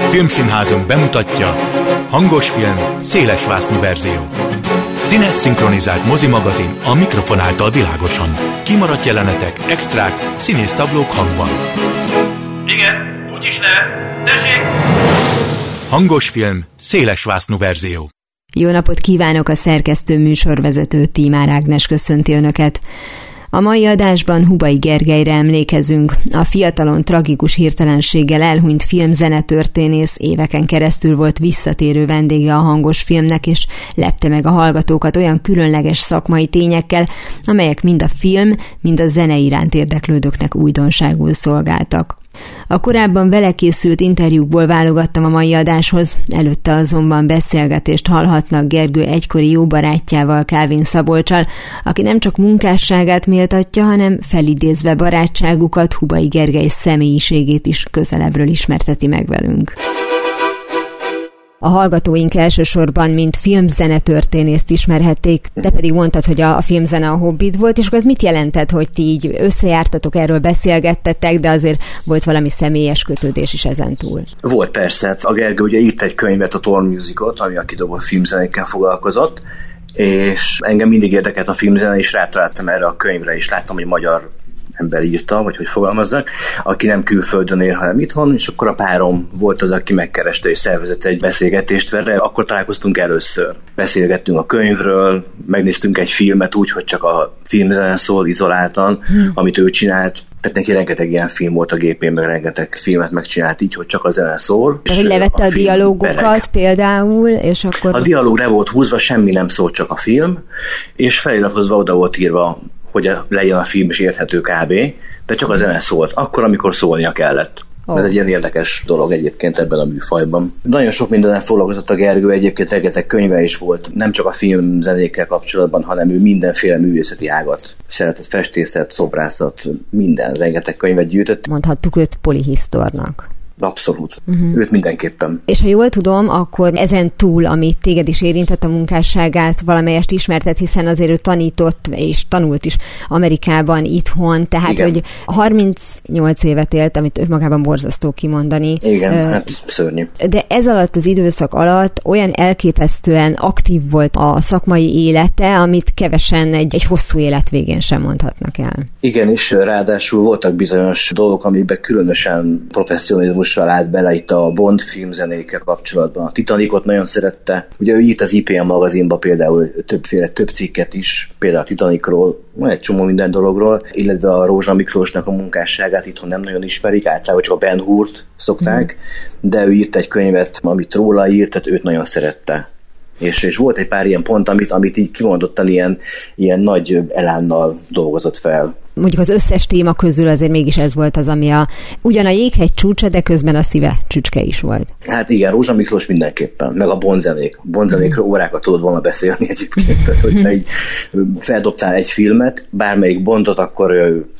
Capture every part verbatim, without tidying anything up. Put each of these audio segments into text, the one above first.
Filmszínházunk bemutatja hangos film, szélesvásznú verzió. Színes szinkronizált mozimagazin a mikrofon által világosan. Kimaradt jelenetek, extrák, színésztablók hangban. Igen, úgy is lehet. Tessék! Hangos film, szélesvásznú verzió. Jó napot kívánok, a szerkesztő műsorvezető Tímár Ágnes köszönti Önöket. A mai adásban Hubay Gergelyre emlékezünk, a fiatalon tragikus hirtelenséggel elhunyt filmzenetörténész éveken keresztül volt visszatérő vendége a hangos filmnek, és lepte meg a hallgatókat olyan különleges szakmai tényekkel, amelyek mind a film, mind a zene iránt érdeklődőknek újdonságul szolgáltak. A korábban vele készült interjúkból válogattam a mai adáshoz, előtte azonban beszélgetést hallhatnak Gergő egykori jó barátjával, Kálvin Szabolccsal, aki nem csak munkásságát méltatja, hanem felidézve barátságukat, Hubay Gergely személyiségét is közelebbről ismerteti meg velünk. A hallgatóink elsősorban mint filmzenetörténészt ismerhették, te pedig mondtad, hogy a, a filmzene a hobbid volt, és akkor ez mit jelentett, hogy ti így összejártatok, erről beszélgettetek, de azért volt valami személyes kötődés is ezen túl? Volt persze. A Gergő ugye írt egy könyvet, a Torn Musicot, ami a kidobott filmzenékkel foglalkozott, és engem mindig érdekelt a filmzene, és rátaláltam erre a könyvre, és láttam, hogy magyar ember írta, vagy hogy fogalmazzak, aki nem külföldön él, hanem itthon, és akkor a párom volt az, aki megkereste és szervezett egy beszélgetést vele, akkor találkoztunk először. Beszélgettünk a könyvről, megnéztünk egy filmet úgy, hogy csak a filmzene szól izoláltan, hmm. amit ő csinált. Tehát neki rengeteg ilyen film volt a gépén, meg rengeteg filmet megcsinált így, hogy csak a zene szól. Tehát, hogy levette a, a dialógokat bereg. Például, és akkor... A dialóg le volt húzva, semmi nem szólt, csak a film, és feliratkozva oda volt írva, hogy legyen a film is érthető kb. De csak a zene szólt, akkor, amikor szólnia kellett. Oh. Ez egy ilyen érdekes dolog egyébként ebben a műfajban. Nagyon sok mindennel foglalkozott a Gergő, egyébként rengeteg könyve is volt, nem csak a filmzenékkel kapcsolatban, hanem ő mindenféle művészeti ágat szeretett, festészet, szobrászat, minden, rengeteg könyvet gyűjtött. Mondhattuk őt polihisztornak. Abszolút. Uh-huh. Őt mindenképpen. És ha jól tudom, akkor ezen túl, amit téged is érintett a munkásságát, valamelyest ismerted, hiszen azért ő tanított és tanult is Amerikában, itthon, tehát igen. Hogy harmincnyolc évet élt, amit önmagában borzasztó kimondani. Igen, uh, hát szörnyű. De ez alatt az időszak alatt olyan elképesztően aktív volt a szakmai élete, amit kevesen egy, egy hosszú élet végén sem mondhatnak el. Igen, és ráadásul voltak bizonyos dolgok, amikben különösen professzionalizmus állt bele itt a Bond filmzenékkel kapcsolatban. A Titanicot nagyon szerette. Ugye ő írt az i pé em magazinba például többféle, több cikket is, például a Titanicról, egy csomó minden dologról, illetve a Rózsa Miklósnak a munkásságát itthon nem nagyon ismerik, általában csak a Ben Hurt szokták, mm. de ő írt egy könyvet, amit róla írt, tehát őt nagyon szerette. És, és volt egy pár ilyen pont, amit, amit így kimondottan ilyen, ilyen nagy elánnal dolgozott fel. Mondjuk az összes téma közül azért mégis ez volt az, ami a, ugyan a jéghegy csúcsa, de közben a szíve csücske is volt. Hát igen, Rózsa Miklós mindenképpen, meg a bonzenék. Bonzenékről órákat tudod volna beszélni egyébként, tehát hogyha így feldobtál egy filmet, bármelyik Bondot, akkor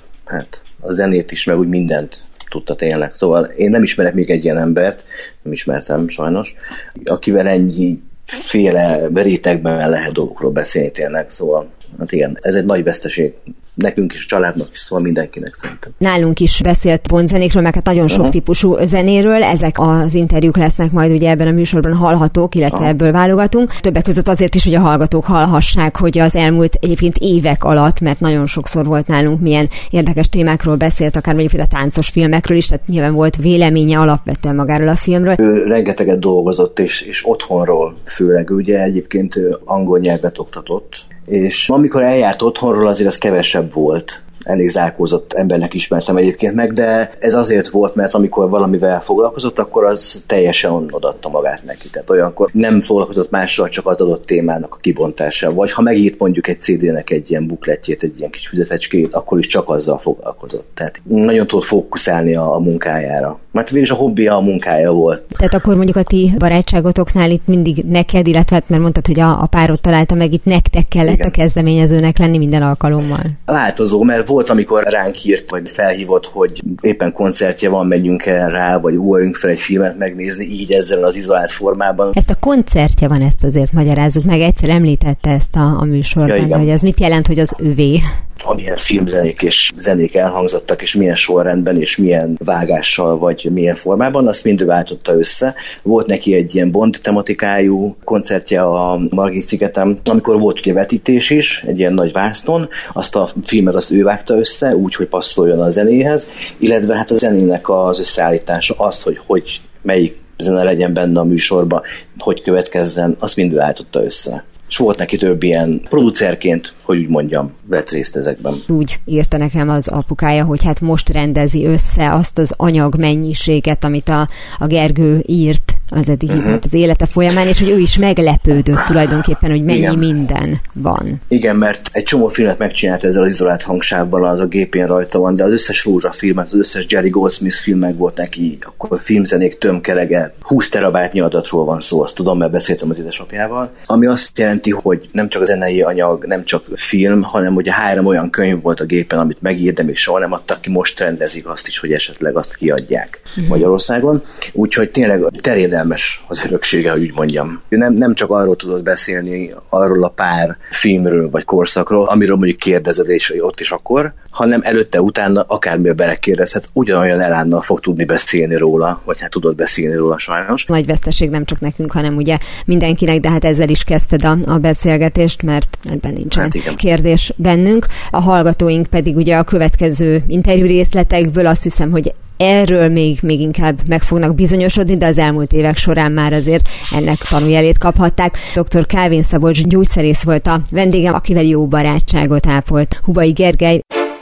hát a zenét is, meg úgy mindent tudta tényleg. Szóval én nem ismerek még egy ilyen embert, nem ismertem sajnos, akivel ennyi féle rétegben lehet dolgokról beszélni tényleg, szóval hát igen, ez egy nagy veszteség. Nekünk is, családnak is, szóval mindenkinek szerintem. Nálunk is beszélt bondzenékről, meg hát nagyon sok uh-huh. típusú zenéről. Ezek az interjúk lesznek majd ugye ebben a műsorban hallhatók, illetve uh-huh. ebből válogatunk. Többek között azért is, hogy a hallgatók hallhassák, hogy az elmúlt egyébként évek alatt, mert nagyon sokszor volt nálunk milyen érdekes témákról beszélt, akár mondjuk a táncos filmekről is, tehát nyilván volt véleménye alapvetően magáról a filmről. Ő rengeteget dolgozott, és, és otthonról főleg, ugye egyébként ő angol nyelvet oktatott, és amikor eljárt otthonról, azért az kevesebb volt. Elég zárkózott embernek ismertem egyébként meg, de ez azért volt, mert amikor valamivel foglalkozott, akkor az teljesen odaadta magát neki. Tehát olyankor nem foglalkozott mással, csak az adott témának a kibontásával. Vagy ha megírt mondjuk egy cé dé-nek egy ilyen buklettjét, egy ilyen kis füzetecskét, akkor is csak azzal foglalkozott. Tehát nagyon tudott fókuszálni a, a munkájára. Mert végül is a hobbija a munkája volt. Tehát akkor mondjuk a ti barátságotoknál itt mindig neked, illetve mert mondtad, hogy a, a párod találta meg, itt nektek kellett igen. a kezdeményezőnek lenni minden alkalommal. Változó, mert volt, amikor ránk írt, vagy felhívott, hogy éppen koncertje van, menjünk el rá, vagy ugorjunk fel egy filmet megnézni, így ezzel az izolált formában. Ezt a koncertje van, ezt azért magyarázzuk meg. Egyszer említette ezt a, a műsorban, ja, hogy ez mit jelent, hogy az övé? amilyen filmzenék és zenék elhangzottak, és milyen sorrendben, és milyen vágással, vagy milyen formában, azt mind ő váltotta össze. Volt neki egy ilyen Bond tematikájú koncertje a Margit szigeten, amikor volt ugye vetítés is, egy ilyen nagy vásznon, azt a filmet azt ő vágta össze, úgy, hogy passzoljon a zenéhez, illetve hát a zenének az összeállítása, az, hogy, hogy melyik zene legyen benne a műsorban, hogy következzen, azt mind ő állította össze. És volt neki több ilyen producerként, hogy úgy mondjam, vett részt ezekben. Úgy írta nekem az apukája, hogy hát most rendezi össze azt az anyagmennyiséget, amit a, a Gergő írt az eddig uh-huh. az élete folyamán, és hogy ő is meglepődött tulajdonképpen, hogy mennyi Igen. minden van. Igen, mert egy csomó filmet megcsinált ezzel az izolált hangsávval, az a gépén rajta van, de az összes Rózsa filmet, az összes Jerry Goldsmith film meg volt neki, akkor filmzenék tömkelege, húsz terabájtnyi adatról van szó, azt tudom, mert beszéltem az édesapjával, ami azt jelenti, hogy nem csak a zenei anyag, nem csak film, hanem ugye három olyan könyv volt a gépen, amit megír, de még soha nem adtak ki, most rendezik azt is, hogy esetleg azt kiadják uh-huh. Magyarországon. Úgyhogy tényleg terjedelmes az öröksége, hogy úgy mondjam. Nem, nem csak arról tudod beszélni, arról a pár filmről vagy korszakról, amiről mondjuk kérdezed, és ott is akkor, hanem előtte, utána akármivel belekérdezhet, ugyanolyan elánnal fog tudni beszélni róla, vagy hát tudod beszélni róla sajnos. Nagy veszteség nem csak nekünk, hanem ugye mindenkinek, de hát ezzel is kezdted a, a beszélgetést, mert ebben nincsen hát kérdés bennünk. A hallgatóink pedig ugye a következő interjú részletekből azt hiszem, hogy erről még, még inkább meg fognak bizonyosodni, de az elmúlt évek során már azért ennek tanújelét kaphatták. doktor Kálvin Szabolcs gyógyszerész volt a vendégem, akivel jó barátságot ápolt Hubay Gergely.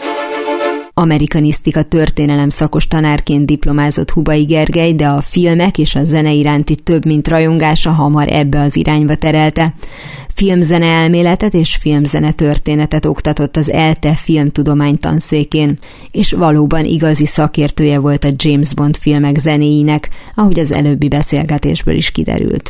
Amerikanisztika történelem szakos tanárként diplomázott Hubay Gergely, de a filmek és a zene iránti több mint rajongása hamar ebbe az irányba terelte. Filmzene elméletet és filmzene történetet oktatott az ELTE filmtudomány tanszékén, és valóban igazi szakértője volt a James Bond filmek zenéinek, ahogy az előbbi beszélgetésből is kiderült.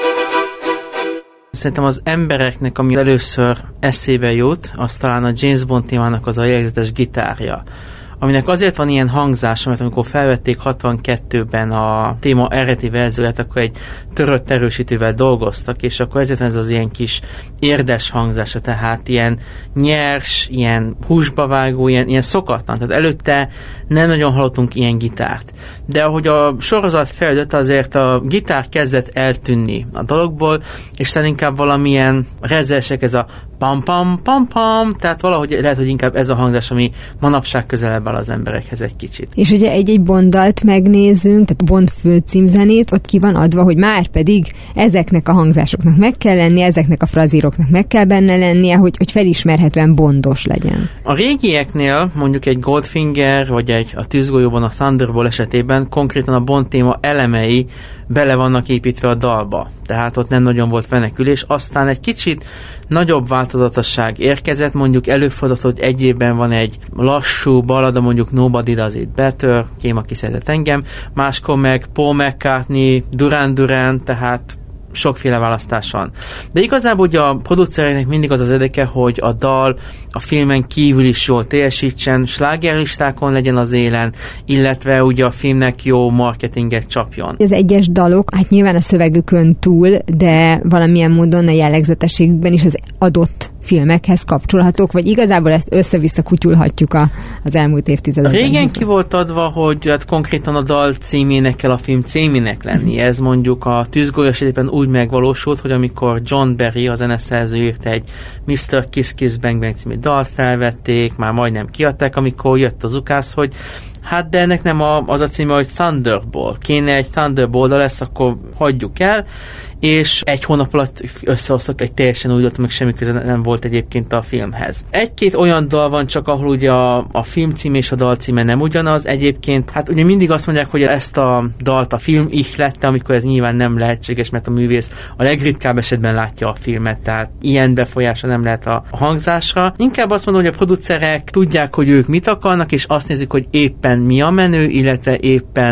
Szerintem az embereknek, ami először eszébe jut, az talán a James Bond témának az a jellegzetes gitárja, aminek azért van ilyen hangzása, mert amikor felvették hatvankettőben a téma eredeti verzióját, akkor egy törött erősítővel dolgoztak, és akkor ezért van ez az ilyen kis érdes hangzása, tehát ilyen nyers, ilyen húsba vágó, ilyen, ilyen szokatlan. Tehát előtte nem nagyon hallottunk ilyen gitárt. De ahogy a sorozat fejlődött, azért a gitár kezdett eltűnni a dologból, és talán inkább valamilyen rezelsek, ez a pam-pam-pam-pam, tehát valahogy lehet, hogy inkább ez a hangzás, ami manapság közelebb áll az emberekhez egy kicsit. És ugye egy-egy Bonddalt megnézünk, tehát Bond főcímzenét, ott ki van adva, hogy már pedig ezeknek a hangzásoknak meg kell lennie, ezeknek a frazíroknak meg kell benne lennie, hogy, hogy felismerhetően bondos legyen. A régieknél, mondjuk egy Goldfinger, vagy egy a Tűzgolyóban a Thunderball esetében konkrétan a Bond téma elemei bele vannak építve a dalba. Tehát ott nem nagyon volt fenekülés. Aztán egy kicsit nagyobb változatosság érkezett, mondjuk előfordult, hogy egy évben van egy lassú balada, mondjuk Nobody Does It Better, Kém, aki szeretett engem, máskor meg Paul McCartney, Duran Duran, tehát sokféle választás van. De igazából ugye a producereknek mindig az az érdeke, hogy a dal a filmen kívül is jól teljesítsen, slágerlistákon legyen az élen, illetve ugye a filmnek jó marketinget csapjon. Az egyes dalok, hát nyilván a szövegükön túl, de valamilyen módon a jellegzetességükben is az adott filmekhez kapcsolhatók, vagy igazából ezt össze-vissza kutyulhatjuk a, az elmúlt évtizedekben. Régen ki volt adva, hogy hát konkrétan a dal címének kell a film címének lenni. Ez mondjuk a Tűzgolyó esetében úgy megvalósult, hogy amikor John Barry, a zeneszerző írt egy miszter Kiss Kiss Bang Bang című dalt, felvették, már majdnem kiadták, amikor jött az ukász, hogy hát de ennek nem a, az a címe, hogy Thunderball. Kéne egy Thunderball, de lesz, akkor hagyjuk el, és egy hónap alatt összehoztak egy teljesen új dalt, meg semmi köze nem volt egyébként a filmhez. Egy-két olyan dal van csak, ahol ugye a, a film cím és a dal címe nem ugyanaz. Egyébként, hát ugye mindig azt mondják, hogy ezt a dalt a film ihlette, amikor ez nyilván nem lehetséges, mert a művész a legritkább esetben látja a filmet, tehát ilyen befolyása nem lehet a, a hangzásra. Inkább azt mondom, hogy a producerek tudják, hogy ők mit akarnak, és azt nézik, hogy éppen mi a menő, illetve éppen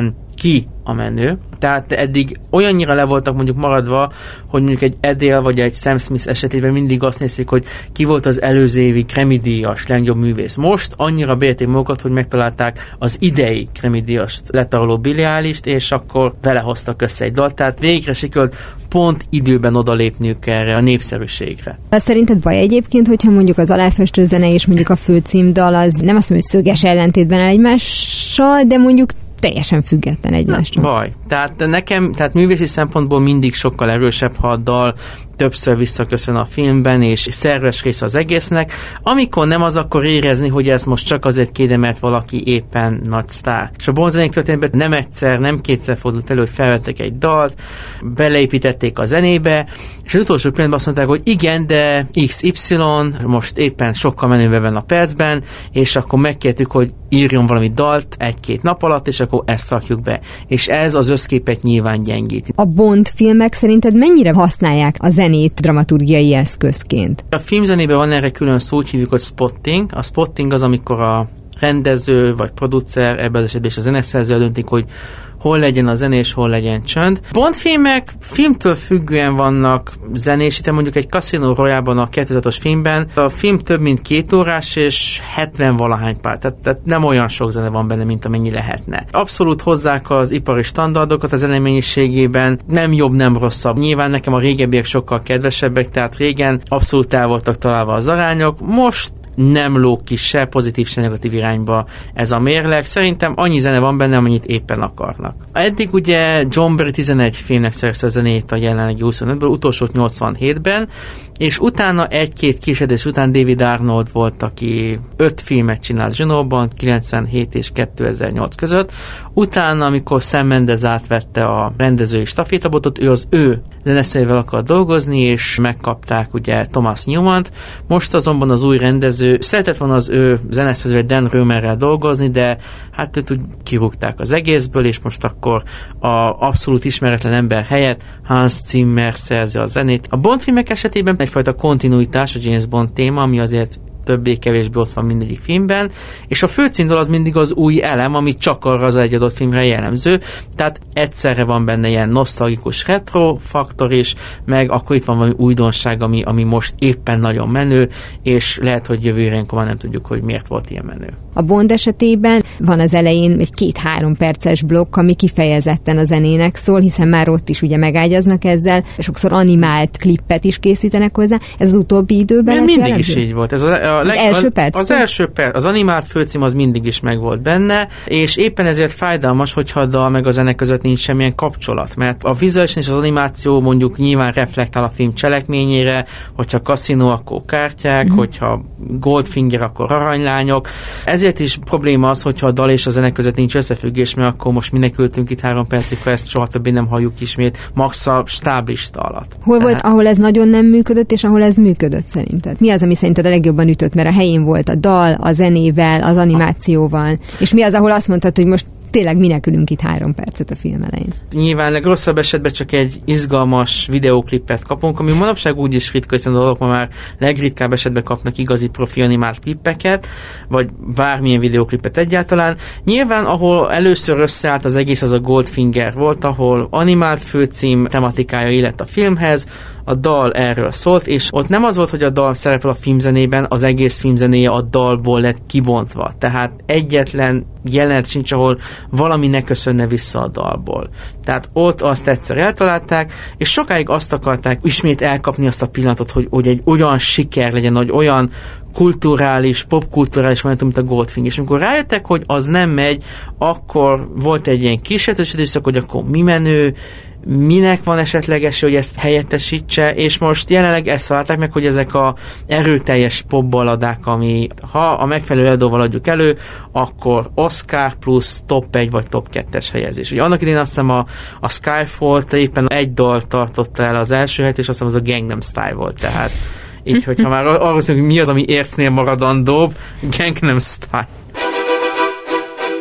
ki a menő. Tehát eddig olyannyira le voltak mondjuk maradva, hogy mondjuk egy Adele vagy egy Sam Smith esetében mindig azt nézik, hogy ki volt az előző évi Grammy-díjas legjobb művész. Most annyira bérték magukat, hogy megtalálták az idei Grammy-díjast letaroló Billie Eilist, és akkor vele hoztak össze egy dalt. Tehát végre sikerült pont időben odalépniük erre a népszerűségre. Szerinted baj egyébként, hogyha mondjuk az aláfestő zene és mondjuk a főcímdal az nem azt mondom, hogy szöges ellentétben áll egymással, de mondjuk teljesen független egymástól. Baj. Tehát nekem, tehát művészi szempontból mindig sokkal erősebb, ha a dal többször visszaköszön a filmben, és szerves része az egésznek. Amikor nem az, akkor érezni, hogy ez most csak azért kéne, mert valaki éppen nagy sztár. És a Bond-zenék történetben nem egyszer, nem kétszer fordult elő, hogy felvettek egy dalt, beleépítették a zenébe, és az utolsó pillanatban azt mondták, hogy igen, de iksz ipszilon most éppen sokkal menőben van a percben, és akkor megkértük, hogy írjon valami dalt egy-két nap alatt, és akkor ezt rakjuk be. És ez az összképet nyilván gyengíti. A Bond filmek szerinted mennyire használják a zenét dramaturgiai eszközként? A filmzenében van erre külön szó, úgy hívjuk, hogy spotting. A spotting az, amikor a rendező vagy producer, ebben az esetben is a zeneszerző döntik, hogy hol legyen a zenés, hol legyen csönd. Bond filmek filmtől függően vannak zenés, itt mondjuk egy Casino Royale-ban a kétezres filmben a film több mint két órás, és hetven valahány pár, tehát, tehát nem olyan sok zene van benne, mint amennyi lehetne. Abszolút hozzák az ipari standardokat a zene mennyiségében, nem jobb, nem rosszabb. Nyilván nekem a régebbiek sokkal kedvesebbek, tehát régen abszolút el voltak találva az arányok, most nem lóg ki se pozitív, se negatív irányba ez a mérleg. Szerintem annyi zene van benne, amennyit éppen akarnak. Eddig ugye John Barry tizenegy filmnek szerezte a zenét a jelenlegi huszonötből, utolsót nyolcvanhétben, és utána egy-két kísértés után David Arnold volt, aki öt filmet csinált Zsinórban, kilencvenhét és kétezer-nyolc között. Utána, amikor Sam Mendes átvette a rendezői stafétabotot, ő az ő zeneszerzővel akar dolgozni, és megkapták ugye Thomas Newman-t. Most azonban az új rendező szeretett volna az ő zeneszerzővel Dan Römerrel dolgozni, de hát őt úgy kirúgták az egészből, és most akkor a abszolút ismeretlen ember helyett Hans Zimmer szerzi a zenét. A Bond filmek esetében egyfajta kontinuitás a James Bond téma, ami azért többé-kevésbé ott van mindegyik filmben, és a főcímdal az mindig az új elem, ami csak arra az egy adott filmre jellemző, tehát egyszerre van benne ilyen nosztalgikus retro faktor is, meg akkor itt van valami újdonság, ami, ami most éppen nagyon menő, és lehet, hogy jövőre már nem tudjuk, hogy miért volt ilyen menő. A Bond esetében van az elején egy két-három perces blokk, ami kifejezetten a zenének szól, hiszen már ott is ugye megágyaznak ezzel, sokszor animált klippet is készítenek hozzá. Ez az utóbbi időben mindig jellemző? Is így volt. Ez a A leg, az első perc? Az első perc. Az animált főcím az mindig is megvolt benne, és éppen ezért fájdalmas, hogyha a dal meg a zene között nincs semmilyen kapcsolat, mert a vizuális és az animáció mondjuk nyilván reflektál a film cselekményére, hogyha Casino, akkor kártyák, mm. hogyha Goldfinger, akkor aranylányok. Ezért is probléma az, hogyha a dal és a zene között nincs összefüggés, mert akkor most minek ültünk itt három percig, ha ezt soha többé nem halljuk ismét, max a stáblista alatt. Hol Tehát... volt, ahol ez nagyon nem működött, és ahol ez működött szerinted? Mi az, ami szerinted a legjobban ütött? Mert a helyén volt a dal, a zenével, az animációval. És mi az, ahol azt mondtad, hogy most tényleg minek ülünk itt három percet a film elején? Nyilván legrosszabb esetben csak egy izgalmas videóklipet kapunk, ami manapság úgy is ritka, hiszen a dolgok ma már legritkább esetben kapnak igazi profi animált klippeket, vagy bármilyen videóklipet egyáltalán. Nyilván, ahol először összeállt az egész, az a Goldfinger volt, ahol animált főcím tematikája illett a filmhez, a dal erről szólt, és ott nem az volt, hogy a dal szerepel a filmzenében, az egész filmzenéje a dalból lett kibontva. Tehát egyetlen jelenet sincs, ahol valami ne köszönne vissza a dalból. Tehát ott azt egyszer eltalálták, és sokáig azt akarták ismét elkapni azt a pillanatot, hogy, hogy egy olyan siker legyen, hogy olyan kulturális, popkulturális momentum, mint a Goldfinger. És amikor rájöttek, hogy az nem megy, akkor volt egy ilyen kísérletes időszak, hogy akkor mi menő, minek van esetleges, hogy ezt helyettesítse, és most jelenleg ezt találták meg, hogy ezek a erőteljes popballadák, ami ha a megfelelő előadóval adjuk elő, akkor Oscar plusz top egy vagy top kettes helyezés. Ugye annak idén azt hiszem a, a Skyfall éppen egy dal tartotta el az első helyet, és azt hiszem az a Gangnam Style volt, tehát így, hogyha már arra mondjuk, hogy mi az, ami ércnél maradandóbb, Gangnam Style.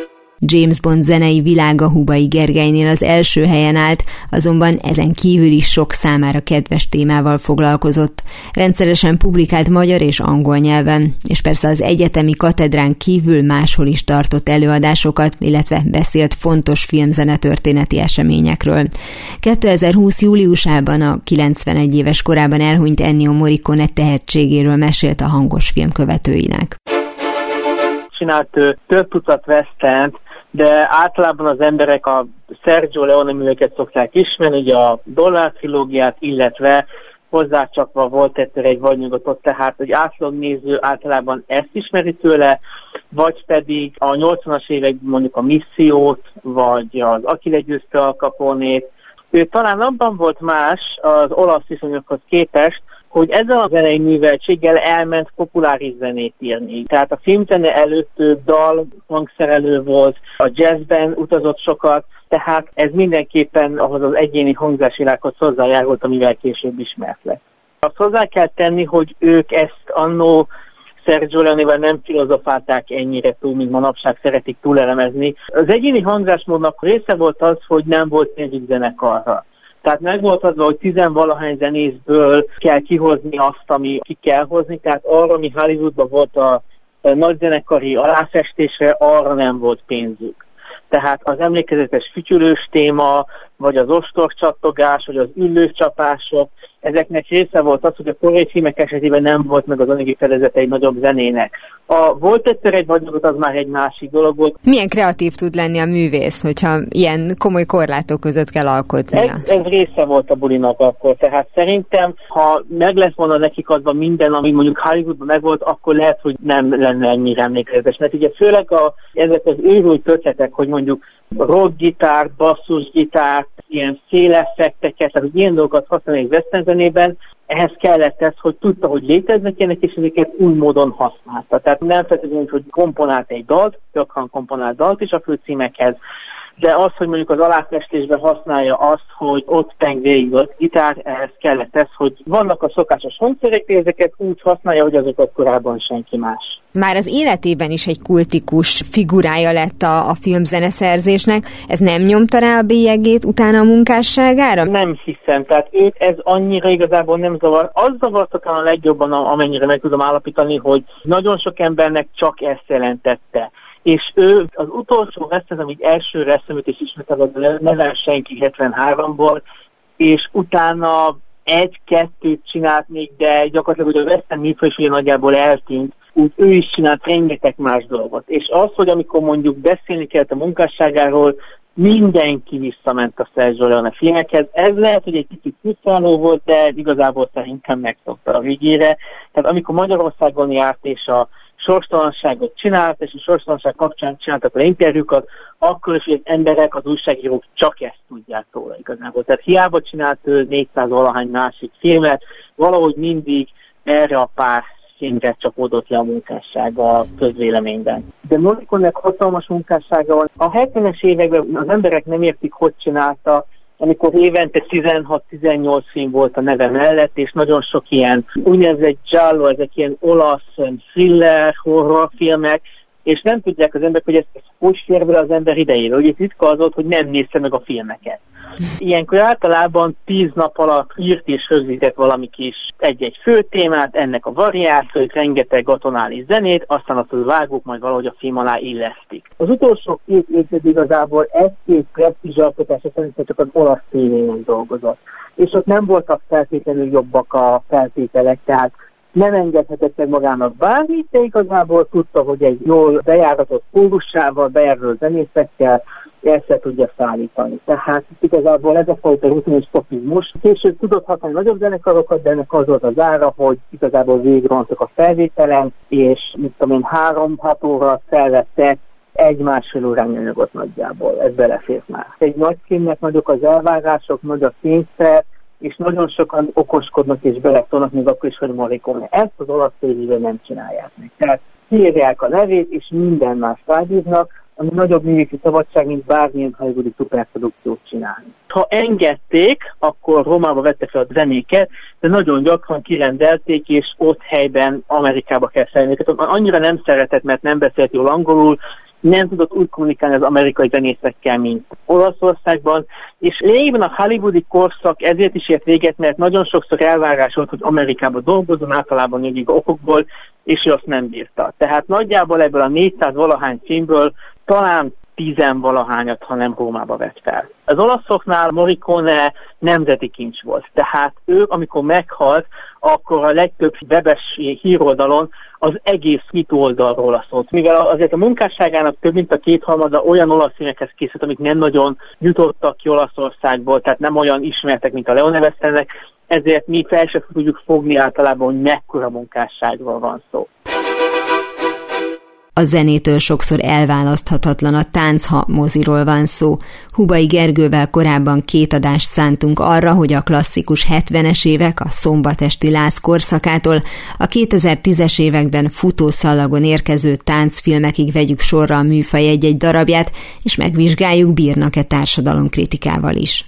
James Bond zenei világa Hubay Gergelynél az első helyen állt, azonban ezen kívül is sok számára kedves témával foglalkozott. Rendszeresen publikált magyar és angol nyelven, és persze az egyetemi katedrán kívül máshol is tartott előadásokat, illetve beszélt fontos filmzenetörténeti eseményekről. kétezer-húsz júliusában a kilencvenegy éves korában elhunyt Ennio Morricone tehetségéről mesélt a hangos film követőinek. Csinált több tucat westernt, de általában az emberek a Sergio Leone műveket szokták ismerni, ugye a Dollár trilógiát, illetve hozzácsakva volt egyszer egy vadnyugatot, tehát egy átlagnéző általában ezt ismeri tőle, vagy pedig a nyolcvanas években mondjuk a Missziót, vagy az Aki legyőzte Al Caponét. Ő talán abban volt más az olasz viszonyokhoz képest, hogy ezzel a zenei műveltséggel elment populáris zenét írni. Tehát a filmzene előtt több dal hangszerelő volt, a jazzben utazott sokat, tehát ez mindenképpen ahhoz az egyéni hangzásvilághoz hozzájárult, amivel később ismert lett. Azt hozzá kell tenni, hogy ők ezt annó Sergio Leonével nem filozofálták ennyire túl, mint manapság szeretik túlelemezni. Az egyéni hangzásmódnak része volt az, hogy nem volt pénzük zenekarra. Tehát meg volt adva, hogy tizenvalahány zenészből kell kihozni azt, ami ki kell hozni, tehát arra, ami Hollywoodban volt a nagy zenekari aláfestésre, arra nem volt pénzük. Tehát az emlékezetes fütyülős téma, vagy az ostorcsattogás, vagy az üllőcsapások, ezeknek része volt az, hogy a koreai filmek esetében nem volt meg az anyagi fedezete egy nagyobb zenének. A volt egyszer egy vagyogot, az már egy másik dolog volt. Milyen kreatív tud lenni a művész, hogyha ilyen komoly korlátok között kell alkotnia? Ez, ez része volt a bulinak akkor, tehát szerintem, ha meg lett volna nekik adva minden, ami mondjuk Hollywoodban megvolt, akkor lehet, hogy nem lenne ennyire emlékezetes. Mert ugye főleg a, ezek az őrült ötletek, hogy mondjuk rockgitárt, basszusgitárt, ilyen széleffekteket, tehát hogy ilyen dolgokat használni egy western zenében, ehhez kellett ez, hogy tudta, hogy léteznek ilyenek, és ezeket új módon használta. Tehát nem feltétlenül, hogy komponált egy dalt, gyakran komponált dalt is a főcímekhez, de az, hogy mondjuk az aláfestésben használja azt, hogy ott peng végig a gitár, ehhez kellett ez, hogy vannak a szokásos hangszerek, ezeket úgy használja, hogy azokat korábban senki más. Már az életében is egy kultikus figurája lett a, a filmzeneszerzésnek. Ez nem nyomta rá a bélyegét utána a munkásságára? Nem hiszem, tehát őt ez annyira igazából nem zavar. Az zavarta talán a legjobban, amennyire meg tudom állapítani, hogy nagyon sok embernek csak ezt jelentette. És ő az utolsó western, amit elsőre eszemült és ismertem, a Neven senki hetvenháromból, és utána egy-kettőt csinált még, de gyakorlatilag hogy a western műfaj nagyjából eltűnt, úgy ő is csinált rengeteg más dolgot. És az, hogy amikor mondjuk beszélni kellett a munkásságáról, mindenki visszament a Sergio Leone filmekhez. Ez lehet, hogy egy kicsit frusztráló volt, de igazából szerintem megszokta a végére. Tehát amikor Magyarországon járt és a sorstalanságot csinált, és a sorstalanság kapcsán csináltak a interjúkat, akkor is, hogy az emberek, az újságírók csak ezt tudják róla igazából. Tehát hiába csinált ő négyszáz valahány másik filmet, valahogy mindig erre a pár filmre csapódott le a munkássága a közvéleményben. De Morriconének hatalmas munkássága van. A hetvenes években az emberek nem értik, hogy csinálta, amikor évente tizenhat-tizennyolc film volt a neve mellett, és nagyon sok ilyen úgynevezett giallo, ezek ilyen olasz thriller, horrorfilmek, és nem tudják az emberek, hogy ez, ez hogy fér bele az ember idejére, hogy itt ritka az ott, hogy nem nézte meg a filmeket. Ilyenkor általában tíz nap alatt írt és rögzített valami kis egy-egy főtémát, ennek a variációit, rengeteg atonális zenét, aztán azt a vágók majd valahogy a film alá illesztik. Az utolsó két évtized igazából egy-két presztízsalkotása szerintem csak az olasz tévén dolgozott. És ott nem voltak feltétlenül jobbak a feltételek, tehát nem engedhetett meg magának bármit, de igazából tudta, hogy egy jól bejáratott kórussával, bejáratott zenészekkel ezt tudja szállítani. Tehát igazából ez a fajta rutinos popizmus. Később tudott használni nagyobb zenekarokat, de ennek az volt az ára, hogy igazából végigrontak a felvételen, és mit tudom én, három-hat óra felvettek egy-másfél órányi anyagot nagyjából. Ez belefért már. Egy nagy filmnek nagyok az elvárások, nagy a kényszer, és nagyon sokan okoskodnak és beleszólnak, még akkor is, hogy Morricone. Ezt az olasz tévében nem csinálják meg. Tehát kiírják a nevét, és minden más rábíznak, ami nagyobb művészi szabadság, mint bármilyen hollywoodi szuperprodukciót csinálni. Ha engedték, akkor Rómába vette fel a zenéket, de nagyon gyakran kirendelték, és ott helyben Amerikába kell szállni. Annyira nem szeretett, mert nem beszélt jól angolul, nem tudott úgy kommunikálni az amerikai zenészekkel, mint Olaszországban, és lényegében a hollywoodi korszak ezért is ért véget, mert nagyon sokszor elvárás volt, hogy Amerikában dolgozzon, általában nyugig okokból, és ő azt nem bírta. Tehát nagyjából ebből a négyszáz valahány filmből talán tizenvalahányat, ha nem Rómába vett fel. Az olaszoknál Morricone nemzeti kincs volt, tehát ő, amikor meghalt, akkor a legtöbb webes híroldalon az egész hit oldalról szólt. Mivel azért a munkásságának több mint a kétharmada olyan olasz filmekhez készült, amik nem nagyon jutottak ki Olaszországból, tehát nem olyan ismertek, mint a Leone Westernnek, ezért mi fel sem tudjuk fogni általában, hogy mekkora munkásságról van szó. A zenétől sokszor elválaszthatatlan a tánc, ha moziról van szó. Hubay Gergővel korábban két adást szántunk arra, hogy a klasszikus hetvenes évek, a Szombatesti Láz korszakától a kétezer-tízes években futószallagon érkező táncfilmekig vegyük sorra a műfaj egy-egy darabját, és megvizsgáljuk, bírnak-e társadalomkritikával is.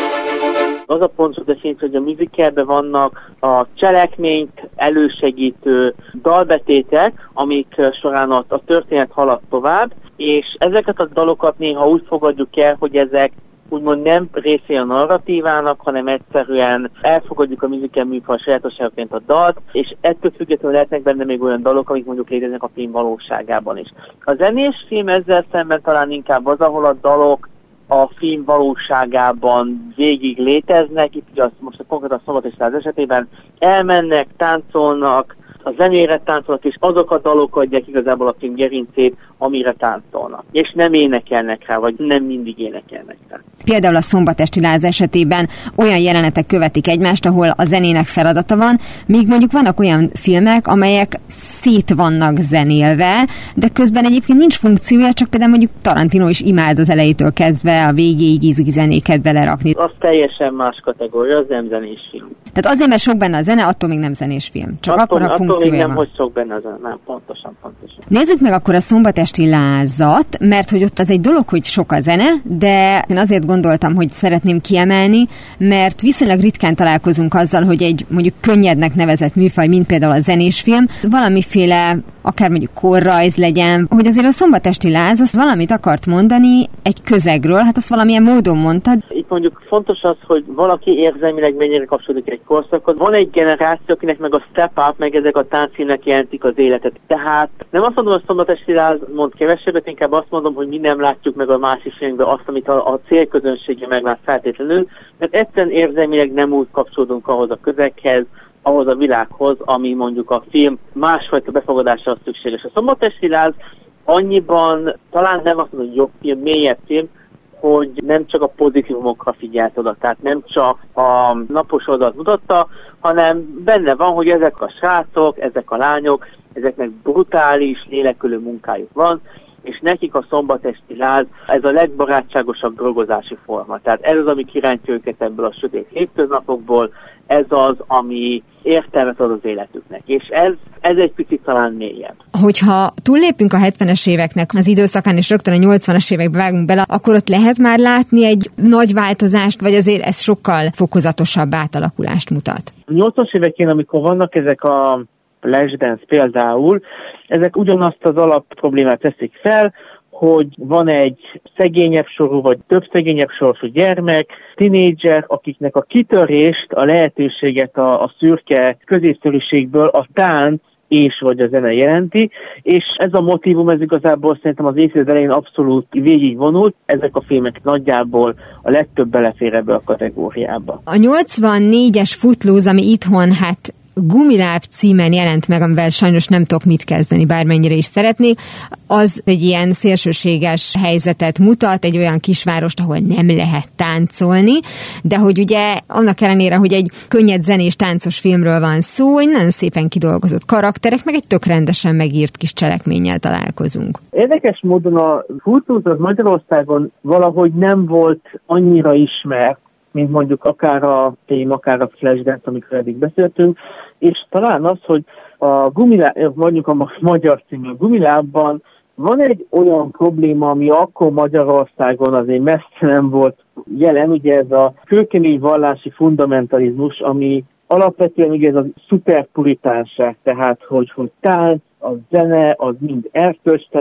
Az a pontos definíció, hogy a musicalben vannak a cselekményt elősegítő dalbetétek, amik során a, a történet halad tovább, és ezeket a dalokat néha úgy fogadjuk el, hogy ezek úgymond nem részé a narratívának, hanem egyszerűen elfogadjuk a musical műfaj sajátosságaként a dalt, és ettől függetlenül lehetnek benne még olyan dalok, amik mondjuk léteznek a film valóságában is. A zenés film ezzel szemben talán inkább az, ahol a dalok a film valóságában végig léteznek, itt ugye az, most a konkrétan a Szombatesti Láz esetében elmennek, táncolnak, a zenére táncolnak, és azok a dalok adják igazából a film gerincét, amire táncolnak. És nem énekelnek rá, vagy nem mindig énekelnek rá. Például a Szombatesti Láz esetében olyan jelenetek követik egymást, ahol a zenének feladata van, míg mondjuk vannak olyan filmek, amelyek szét vannak zenélve, de közben egyébként nincs funkciója, csak például mondjuk Tarantino is imád az elejétől kezdve a végéig izgi zenéket belerakni. Az teljesen más kategória, az nem zenés film. Tehát azért, mert sok benne a zene, attól még nem zenés film. Csak attól, akkor a funkciója attól még nem, van. hogy sok benne a zene, nem, pontosan, pontosan. Nézzük meg akkor a Szombatesti Lázat, mert hogy ott az egy dolog, hogy sok a zene, de én azért gondoltam, hogy szeretném kiemelni, mert viszonylag ritkán találkozunk azzal, hogy egy mondjuk könnyednek nevezett műfaj, mint például a zenés film, valamiféle akár mondjuk korrajz legyen, hogy azért a Szombatesti Láz azt valamit akart mondani egy közegről, hát azt valamilyen módon mondtad. Itt mondjuk fontos az, hogy valaki érzelmileg mennyire kapcsolódik egy korszakhoz. Van egy generáció, akinek meg a step up, meg ezek a táncfilmek jelentik az életet. Tehát nem azt mondom, hogy a Szombatesti Láz mond kevesebbet, inkább azt mondom, hogy mi nem látjuk meg a másik filmben azt, amit a, a célközönsége meglát feltétlenül, mert egyszerűen érzelmileg nem úgy kapcsolódunk ahhoz a közeghez, ahhoz a világhoz, ami mondjuk a film másfajta befogadásra szükséges. A Szombatesti Láz annyiban talán nem azt mondom, hogy jobb film, mélyebb film, hogy nem csak a pozitívumokra figyelt oda, tehát nem csak a napos oldalt mutatta, hanem benne van, hogy ezek a srácok, ezek a lányok, ezeknek brutális, lélekölő munkájuk van, és nekik a Szombatesti Láz ez a legbarátságosabb drogozási forma. Tehát ez az, ami kirántja őket ebből a sötét hétköznapokból, ez az, ami értelmet ad az életüknek. És ez, ez egy picit talán mélyebb. Hogyha túllépünk a hetvenes éveknek az időszakán, és rögtön a nyolcvanas évekbe vágunk bele, akkor ott lehet már látni egy nagy változást, vagy azért ez sokkal fokozatosabb átalakulást mutat? A nyolcvanas évekén, amikor vannak ezek a Flashdance például, ezek ugyanazt az alap problémát teszik fel, hogy van egy szegényebb sorú, vagy több szegényebb sorsú gyermek, tinédzser, akiknek a kitörést, a lehetőséget a, a szürke középszerűségből a tánc és vagy a zene jelenti, és ez a motívum, ez igazából szerintem az évszázad elején abszolút végigvonult, ezek a filmek nagyjából a legtöbb belefér ebbe a kategóriába. A nyolcvannégyes Footloose, ami itthon hát Gumiláb címen jelent meg, amivel sajnos nem tudok mit kezdeni, bármennyire is szeretnék, az egy ilyen szélsőséges helyzetet mutat, egy olyan kisvárost, ahol nem lehet táncolni, de hogy ugye annak ellenére, hogy egy könnyed zenés táncos filmről van szó, egy nagyon szépen kidolgozott karakterek, meg egy tök rendesen megírt kis cselekménnyel találkozunk. Érdekes módon a Footloose az Magyarországon valahogy nem volt annyira ismert, mint mondjuk akár a Tém, akár a Flashdance, amikor eddig beszéltünk, és talán az, hogy a Gumiláb, mondjuk a magyar című a Gumilábban van egy olyan probléma, ami akkor Magyarországon azért messze nem volt jelen, ugye ez a kőkemény vallási fundamentalizmus, ami alapvetően ugye ez a szuperpuritánság, tehát hogy, hogy tánc, a zene, az mind erkölcstelen,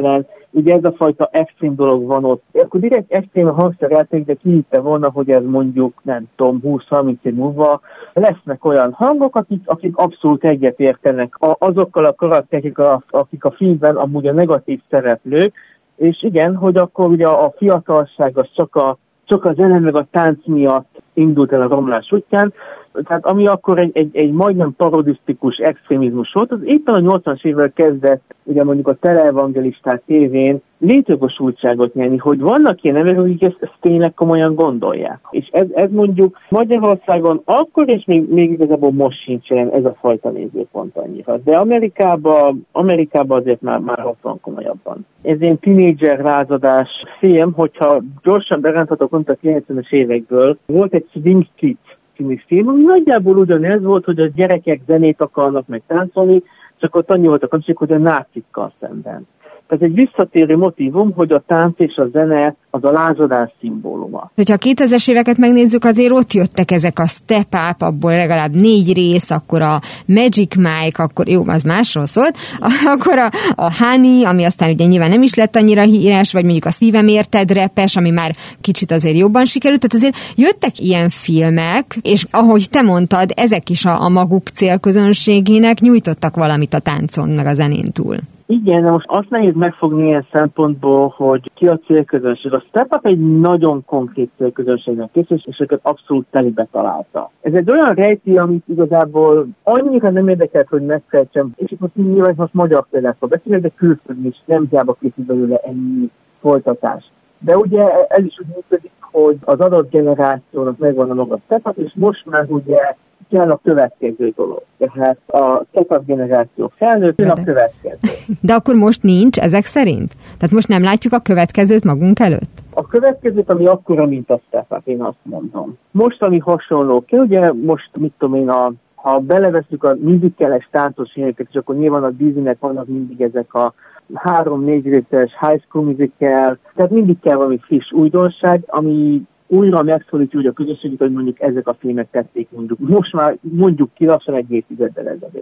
ugye ez a fajta extrém dolog van ott. Akkor direkt extrém a hangszerjáték, de kihitte volna, hogy ez mondjuk, nem tudom, húsz-harminc év múlva lesznek olyan hangok, akik, akik abszolút egyetértenek azokkal a karakterekkel, akik a filmben amúgy a negatív szereplők, és igen, hogy akkor ugye a fiatalság az csak a csak a zene meg a tánc miatt indult el a romlás útján, tehát ami akkor egy, egy, egy majdnem parodisztikus extrémizmus volt, az éppen a nyolcvanas évvel kezdett, ugye mondjuk a teleevangelisták tévén létjogosultságot nyerni, hogy vannak ilyen emberek, akik ezt, ezt tényleg komolyan gondolják. És ez, ez mondjuk Magyarországon akkor, és még, még igazából most sincsen ez a fajta nézőpont annyira. De Amerikában Amerikába azért már, már ott van komolyabban. Ez ilyen tínédzser lázadás film, hogyha gyorsan beránthatok a kilencvenes évekből, volt egy Swing Kids című film, ami nagyjából ugyanez volt, hogy a gyerekek zenét akarnak meg táncolni, csak ott annyi volt a kapcsolat, hogy a nácikkal szemben. Tehát egy visszatérő motívum, hogy a tánc és a zene az a lázadás szimbóluma. Hogyha a kétezres éveket megnézzük, azért ott jöttek ezek a Step Up, abból legalább négy rész, akkor a Magic Mike, akkor jó, az másról szólt, akkor a, a Honey, ami aztán ugye nyilván nem is lett annyira híres, vagy mondjuk a Szívem érted repes, ami már kicsit azért jobban sikerült, tehát azért jöttek ilyen filmek, és ahogy te mondtad, ezek is a, a maguk célközönségének nyújtottak valamit a táncon, meg a zenén túl. Igen, de most azt nehéz megfogni ilyen szempontból, hogy ki a célközönség. A Step Up egy nagyon konkrét célközönségnek készül, és őket abszolút telibe találta. Ez egy olyan rejti, amit igazából annyira nem érdekelt, hogy megfejtsem, és itt most nyilván most magyar példákról beszélek, de külföldön is nem hiába készül belőle ennyi folytatás. De ugye ez is úgy működik, hogy az adott generációnak megvan a maga Step Up, és most már ugye kell a következő dolog. Tehát a Step-Up generáció felnőtt, a következő. De akkor most nincs ezek szerint? Tehát most nem látjuk a következőt magunk előtt? A következőt, ami akkora, mint a Step-Up, én azt mondom. Most, ami hasonló kell, ugye most, mit tudom én, a, ha beleveszünk a musicales táncos éneket, és akkor nyilván a Disneynek vannak mindig ezek a három-négy részes High School Musical, tehát mindig kell valami friss újdonság, ami újra megszólítja úgy a közösséget, hogy mondjuk ezek a filmek tették mondjuk. Most már mondjuk ki lassan egy évtizeddel ezelőtt.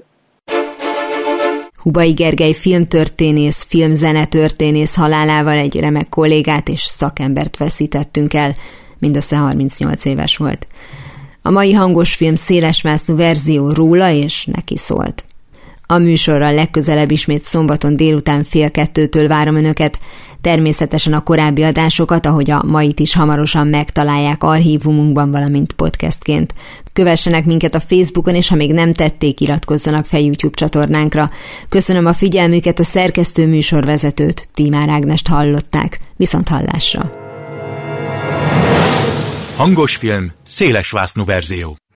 Hubay Gergely filmtörténész, filmzenetörténész halálával egy remek kollégát és szakembert veszítettünk el, mindössze harmincnyolc éves volt. A mai hangos film szélesvásznú verzió róla és neki szólt. A műsorral legközelebb ismét szombaton délután fél kettőtől várom önöket, természetesen a korábbi adásokat, ahogy a mait is hamarosan megtalálják archívumunkban, valamint podcastként. Kövessenek minket a Facebookon, és ha még nem tették, iratkozzanak fel YouTube csatornánkra. Köszönöm a figyelmüket, a szerkesztő műsorvezetőt, Tímár Ágnest hallották. Viszont hallásra! Hangos film, szélesvásznú verzió.